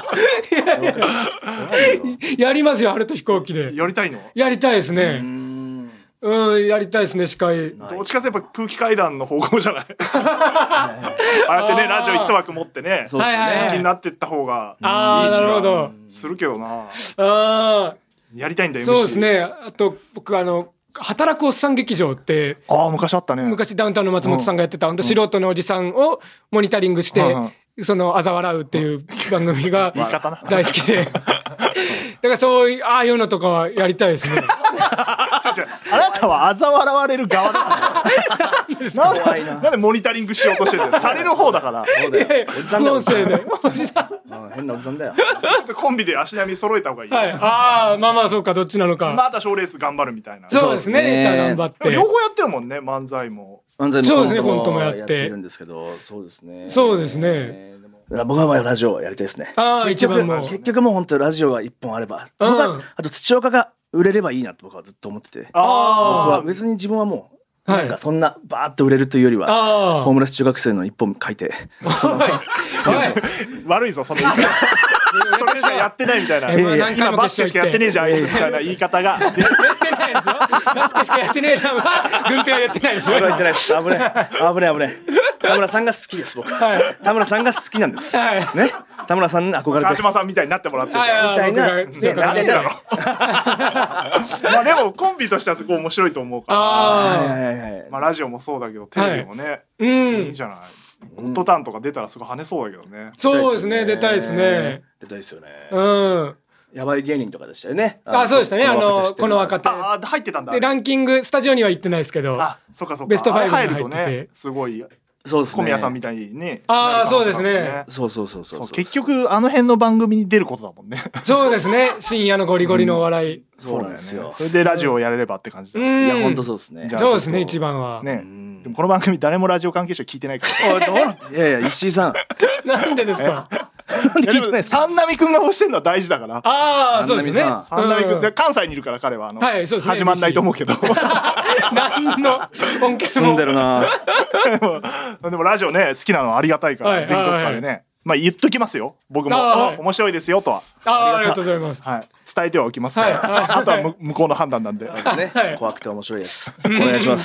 やりますよ春と飛行機で。 やりたいの？ やりたいですね。うんやりたいですね司会。 どっちかというとやっぱ空気階段の方向じゃない？ああやってねラジオ一枠持ってね人気になってった方がいい気がするけどな。あやりたいんだよ。 そうですね。あと僕あの。働くおっさん劇場ってあ昔あったね。 昔ダウンタウンの松本さんがやってた、うん、本当素人のおじさんをモニタリングして、うんうん、その嘲笑うっていう番組が大好きでだからそういうああいうのとかはやりたいですね。 違う違うあなたは嘲笑われる側だなんでなんでモニタリングしようとしてるんだよ。される方だから。 そうだよ。おじさんだよ。 音声でおじさん変なおじさんだよ。 ちょっとコンビで足並み揃えた方がいい。 はい、ああまあまあそうかどっちなのか。 また賞レース頑張るみたいな。 そうですね。頑張って。 両方やってるもんね漫才も。 漫才もそうですねコントもやって。 やってるんですけどそうですね。 そうですね。 僕はまあラジオやりたいですね。 ああ一番も結局もう本当ラジオが一本あれば。僕はあと土岡が売れればいいなと僕はずっと思ってて。あ僕は別に自分はもうなんかそんなバーッと売れるというよりはホームレス中学生の一本書いて悪いぞその言い方それしかやってないみたいな、えー、今バスケしかやってねえじゃんみたいな言い方がやってないですよバスケしかやってねえじゃんは軍平はやってないですよ。 言ってないです。危ない危ない危ない。田村さんが好きです僕、はい、田村さんが好きなんです、はい、ね。田村さんに憧れて川島さんみたいになってもらってるみたいな、 ね、なんでだろまあでもコンビとしてはすごい面白いと思うから、あ、はいはいはい、まあラジオもそうだけどテレビもね、はい、うん、いいじゃない。ゴッドタンとか出たらすごい跳ねそうだけどね。 そうですね、出たいですね。 出たいですよね。 うん。 やばい芸人とかでしたよね。 あ、そうでしたね。あのこの若手。 あ、入ってたんだ。 でランキングスタジオには行ってないですけど。 あ、そうかそうか。 ベストファイブに入るとね、すごい。 そうですね。 小宮さんみたいにね。 ああ、そうですね。 そうそうそうそう。 結局あの辺の番組に出ることだもんね。 そうですね。深夜のゴリゴリのお笑い。 そうなんですよ。 それでラジオをやれればって感じだ。いや本当そうですね。 そうですね、一番は。 ね。でもこの番組誰もラジオ関係者聞いてないから。 いやいや石井さん。 なんでですか。 三波くんが欲してるのは大事だから。 ああ、そうですね。 三波くん関西にいるから彼はあの始まんないと思うけど。 何の本気住んでるな。 でもラジオね好きなのはありがたいから全国からでね。まあ言っときますよ。僕も面白いですよとは。 ありがとうございます。 はい。伝えてはおきます。あとは向こうの判断なんで。 怖くて面白いやつ。お願いします。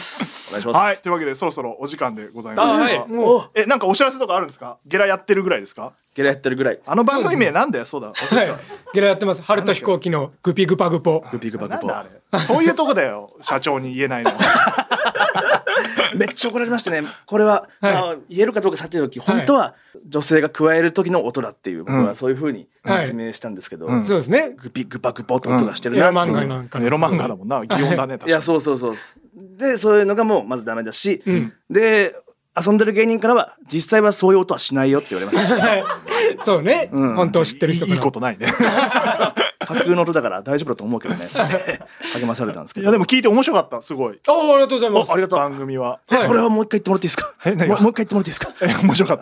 お願いします。 はい。というわけでそろそろお時間でございます。え、なんかお知らせとかあるんですか？ゲラやってるぐらいですか？ ゲラやってるぐらい。 あの番組名なんだよ。そうだ。 ゲラやってます。春と飛行機のグピグパグポ。 グピグパグポ。 そういうとこだよ。社長に言えないの。 めっちゃ怒られましたね。これは、はい、まあ、言えるかどうかさておき本当は女性が加える時の音だっていう、僕はそういうふうに説明したんですけど、 はい、そうですね。 グピグパグポって音がしてるな、 うん、エロ漫画なんかエロ漫画だもんな。擬音だね。確かに。 いやそうそうそう。でそういうのがもうまずダメだし、うん、で遊んでる芸人からは実際はそういう音はしないよって言われました。 そうね、うん、本当知ってる人からいいことないね。 架空の音だから大丈夫だと思うけどね。励まされたんですけど。 いやでも聞いて面白かった。すごい。 あ、ありがとうございます。 ありがとう。番組は。 これはもう一回言ってもらっていいですか？え、何が？もう一回言ってもらっていいですか？ え、面白かった。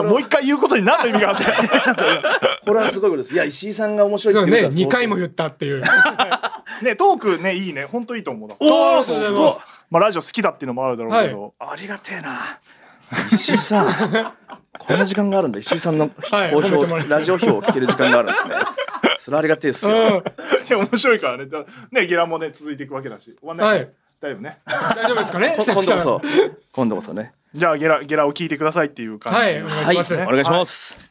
もう一回言うことに何の意味があったこれはすごいことです。いや石井さんが面白いっていうか。そうね、にかいも言ったっていう。 ね、トークねいいね。本当いいと思う。 おお、すごい。 まあラジオ好きだっていうのもあるだろうけど。 ありがてえな。石井さん。こんな時間があるんだ。石井さんの好評、ラジオ票を聞ける時間があるんですね。それありがてえですよ。いや面白いからね。ね、ゲラもね続いていくわけだし。終わんない。大丈夫ね。 大丈夫ですかね。 今度こそ。今度こそね。 じゃあゲラゲラを聞いてくださいっていう感じ。 はい、お願いします。 お願いします。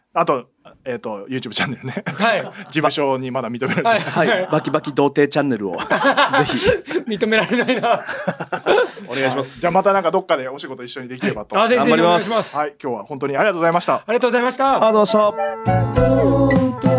あとえっと YouTube チャンネルね。はい。事務所にまだ認められてない。 はい。バキバキ童貞チャンネルをぜひ認められないな。 お願いします。 じゃあまたなんかどっかでお仕事一緒にできればと。 頑張ります。 はい。今日は本当にありがとうございました。ありがとうございました。 ありがとうございました。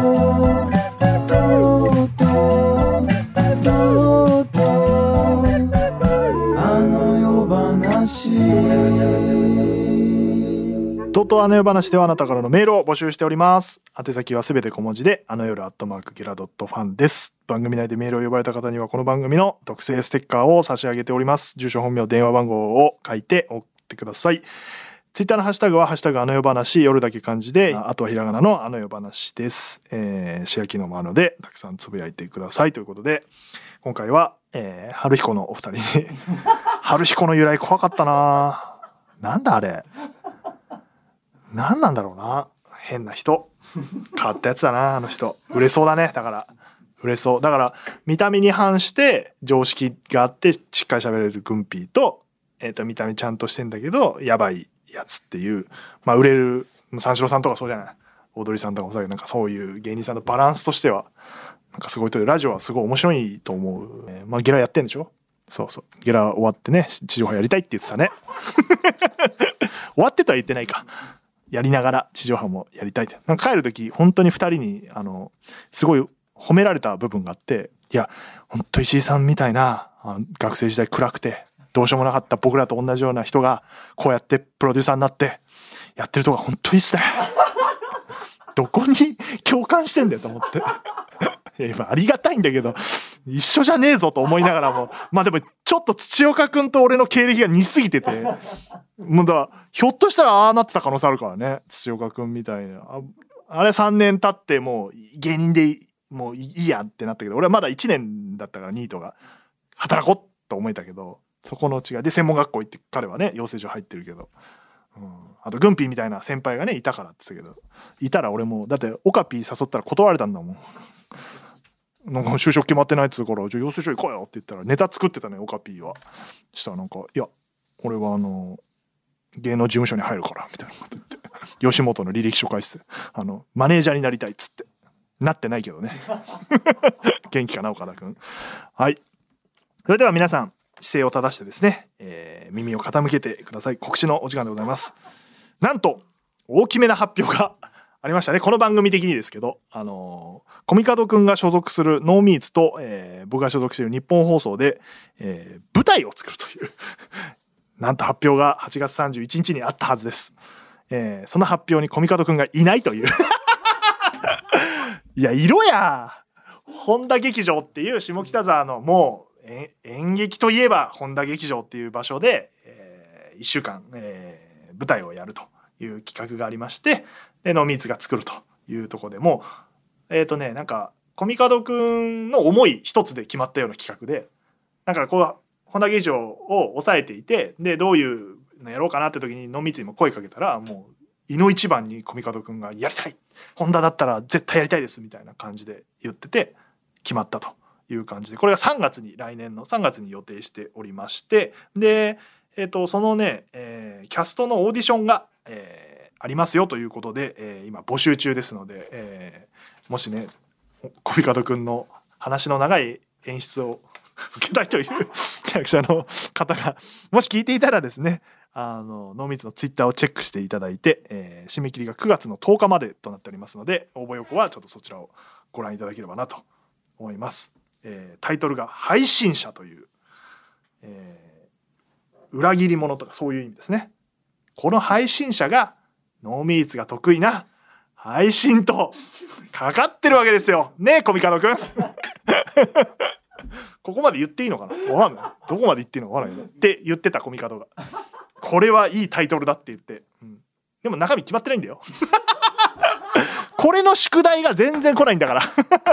とうとうあの夜話ではあなたからのメールを募集しております。宛先はすべて小文字であの夜アットマークゲラドットファンです。番組内でメールを呼ばれた方にはこの番組の特製ステッカーを差し上げております。住所本名電話番号を書いて送ってください。ツイッターのハッシュタグはハッシュタグあの夜話、夜だけ漢字であとはひらがなのあの夜話です。えー、シェア機能もあるのでたくさんつぶやいてくださいということで、今回は、えー、春彦のお二人に春彦の由来怖かったな。なんだあれ、何なんだろうな。変な人、変わったやつだな。あの人売れそうだね。だから売れそうだから見た目に反して常識があってしっかり喋れるグンピーと、えー、と見た目ちゃんとしてんだけどやばいやつっていう、まあ売れる三四郎さんとかそうじゃない、オードリーさんとかもそうだけど、なんかそういう芸人さんのバランスとしてはなんかすごいと、ラジオはすごい面白いと思う、えー、まあゲラやってんでしょ。そうそう、ゲラ終わってね地上波やりたいって言ってたね終わってとは言ってないか、やりながら地上波もやりたいって。なんか帰る時本当にふたりにあのすごい褒められた部分があって、いや本当石井さんみたいなあの学生時代暗くてどうしようもなかった僕らと同じような人がこうやってプロデューサーになってやってるとこが本当いいっすねどこに共感してんだよと思っていや今ありがたいんだけど一緒じゃねえぞと思いながらも、まあでもちょっと土岡くんと俺の経歴が似すぎてて、もうだひょっとしたらああなってた可能性あるからね。土岡くんみたいな あ, あれさんねん経ってもう芸人でもういいやってなったけど、俺はまだいちねんだったからニートが働こうと思えたけど、 そこの違いで専門学校行って彼はね養成所入ってるけど、うん、あとグンピーみたいな先輩がねいたからって言ってたけど、いたら俺もだってオカピー誘ったら断られたんだもん。なんか就職決まってないっつうから、じゃあ養成所行こうよって言ったらネタ作ってたねオカピーは。したらなんかいや俺はあの芸能事務所に入るからみたいなこと言って吉本の履歴書返してあのマネージャーになりたいっつってなってないけどね元気かな岡田くん。はい、それでは皆さん姿勢を正してですね、えー、耳を傾けてください。告知のお時間でございます。なんと大きめな発表がありましたね。この番組的にですけど、あのー、コミカドくんが所属するノーミーツと、えー、僕が所属している日本放送で、えー、舞台を作るというなんと発表がはちがつさんじゅういちにちにあったはずです。えー、その発表にコミカドくんがいないといういやいろや本田劇場っていう下北沢のもう演劇といえば本田劇場っていう場所で、えー、いっしゅうかん、えー、舞台をやるという企画がありまして、でノーミーツが作るというところでもうえっ、ー、とねなんかコミカドくんの思い一つで決まったような企画で、なんかこう本田劇場を抑えていて、でどういうのやろうかなって時にノーミーツにも声かけたら、もういの一番にコミカドくんがやりたい、本田だったら絶対やりたいですみたいな感じで言ってて決まったという感じで、これがさんがつに来年のさんがつに予定しておりまして、で、えー、とそのね、えー、キャストのオーディションが、えー、ありますよということで、えー、今募集中ですので、えー、もしねコミカドくんの話の長い演出を受けたいという役者の方がもし聞いていたらですね、あのノーミーツのツイッターをチェックしていただいて、えー、締め切りがくがつのとおかまでとなっておりますので、応募要項はちょっとそちらをご覧いただければなと思います。えー、タイトルが配信者という、えー、裏切り者とかそういう意味ですね。この配信者がノーミーツが得意な配信とかかってるわけですよねえコミカドくんここまで言っていいのかな、わかんない、どこまで言っていいのかわかんないって言ってたコミカドが、これはいいタイトルだって言って、うん、でも中身決まってないんだよこれの宿題が全然来ないんだから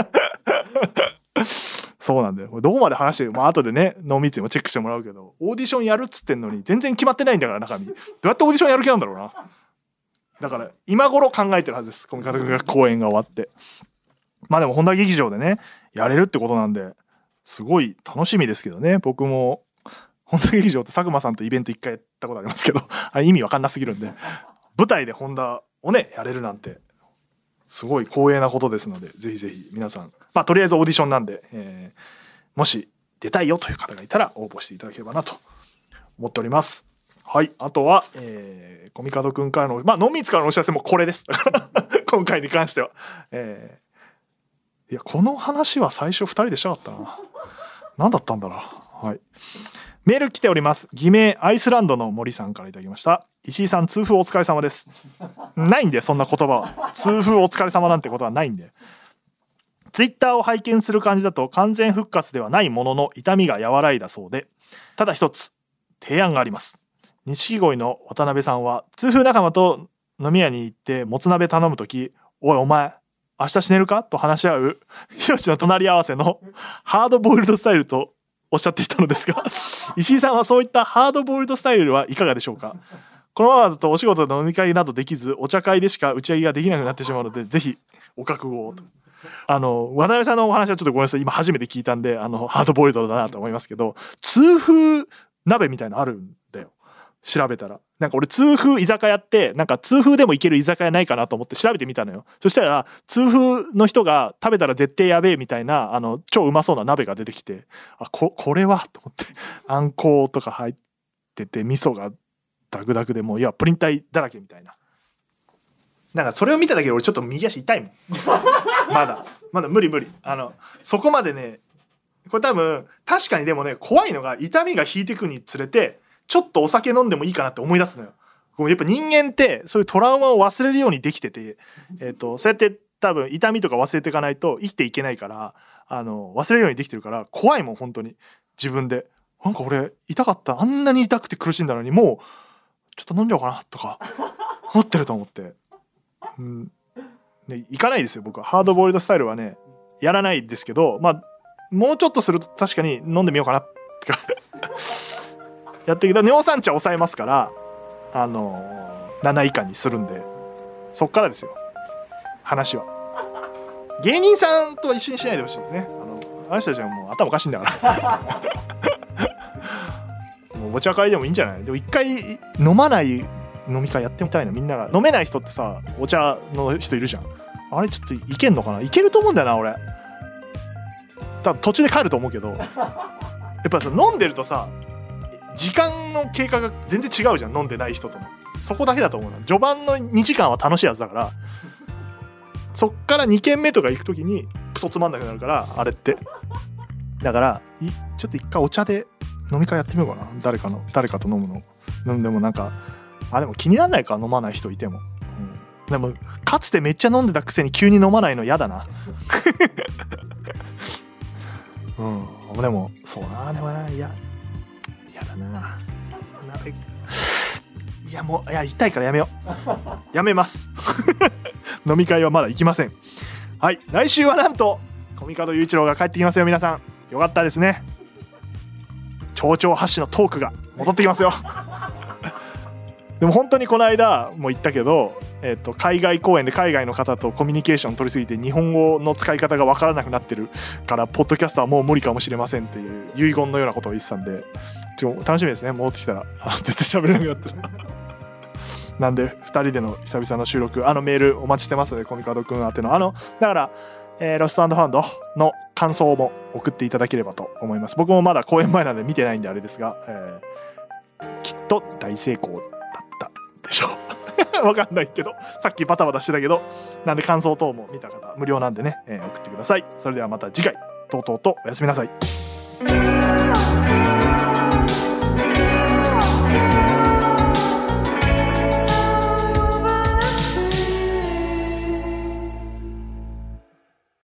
そうなんだよ。どこまで話してる、まあ後でねノーミーツにもチェックしてもらうけど、オーディションやるっつってんのに全然決まってないんだから中身。どうやってオーディションやる気なんだろうな。だから今頃考えてるはずです、コミカド君が公演が終わって。まあでも本田劇場でねやれるってことなんですごい楽しみですけどね。僕も本田劇場って佐久間さんとイベント一回やったことありますけどあれ意味わかんなすぎるんで、舞台で本田をねやれるなんてすごい光栄なことですので、ぜひぜひ皆さん、まあとりあえずオーディションなんで、えー、もし出たいよという方がいたら応募していただければなと思っております。はい、あとは、えー、コミカドくんからの、まあノーミーツからのお知らせもこれです今回に関しては、えー、いやこの話は最初ふたりでしたかったな、何だったんだろう。はい、メール来ております。偽名アイスランドの森さんからいただきました。石井さん痛風お疲れ様です。ないんでそんな言葉は、痛風お疲れ様なんてことはないんで。ツイッターを拝見する感じだと完全復活ではないものの痛みが和らいだそうで、ただ一つ提案があります。錦鯉の渡辺さんは痛風仲間と飲み屋に行ってもつ鍋頼むとき、おいお前明日死ねるかと話し合うヒロシの隣り合わせのハードボイルドスタイルとおっしゃっていたのですが石井さんはそういったハードボイルドスタイルはいかがでしょうか。このままだとお仕事の飲み会などできず、お茶会でしか打ち上げができなくなってしまうので、ぜひお覚悟をと。あの渡辺さんのお話はちょっとごめんなさい、今初めて聞いたんであのハードボイルドだなと思いますけど、痛風鍋みたいなのあるんだよ。調べたらなんか俺痛風居酒屋ってなんか痛風でもいける居酒屋ないかなと思って調べてみたのよ。そしたら痛風の人が食べたら絶対やべえみたいなあの超うまそうな鍋が出てきて、あ こ, これはと思ってあんことか入ってて味噌がダグダグでもういやプリン体だらけみたいな、なんかそれを見ただけで俺ちょっと右足痛いもんまだまだ無理無理、あのそこまでね。これ多分確かにでもね怖いのが痛みが引いてくにつれてちょっとお酒飲んでもいいかなって思い出すのよ。やっぱ人間ってそういうトラウマを忘れるようにできてて、えーと、そうやって多分痛みとか忘れていかないと生きていけないから、あの忘れるようにできてるから怖いもん本当に。自分でなんか俺痛かった、あんなに痛くて苦しんだのにもうちょっと飲んじゃおうかなとか思ってると思って、うんね、いかないですよ僕は。ハードボイルドスタイルはねやらないですけど、まあもうちょっとすると確かに飲んでみようかなってやってるけど尿酸値は抑えますからあのなな以下にするんでそっからですよ話は。芸人さんとは一緒にしないでほしいですね。あのあの人たちはもう頭おかしいんだからもうお茶会でもいいんじゃない。でも一回飲まない飲み会やってみたいな。みんなが飲めない人ってさお茶の人いるじゃん。あれちょっといけんのかな。いけると思うんだよな俺。多分途中で帰ると思うけどやっぱさ飲んでるとさ時間の経過が全然違うじゃん飲んでない人との。そこだけだと思うな。序盤のにじかんは楽しいやつだからそっからに軒目とか行くときにクソつまんなくなるからあれってだからいちょっと一回お茶で飲み会やってみようかな。誰かの誰かと飲むの。飲んでもなんかあでも気にならないか飲まない人いても、うん、でもかつてめっちゃ飲んでたくせに急に飲まないの嫌だなうんでもそうなでもいや嫌だな。鍋いやもういや痛いからやめようやめます飲み会はまだ行きません。はい来週はなんとコミカド雄一郎が帰ってきますよ。皆さんよかったですね。丁々発止のトークが戻ってきますよでも本当にこの間も言ったけど、えー、と海外公演で海外の方とコミュニケーション取りすぎて日本語の使い方が分からなくなってるからポッドキャストはもう無理かもしれませんっていう遺言のようなことを言ってたんでちょ楽しみですね。戻ってきたら絶対喋れなくなってるなんでふたりでの久々の収録あのメールお待ちしてますのでコミカドくん宛てのあのだから、えー、ロスト&ファウンドの感想も送っていただければと思います。僕もまだ公演前なんで見てないんであれですが、えー、きっと大成功だったでしょうわかんないけどさっきバタバタしてたけどなんで感想等も見た方無料なんでね、えー、送ってください。それではまた次回とうとうとおやすみなさい。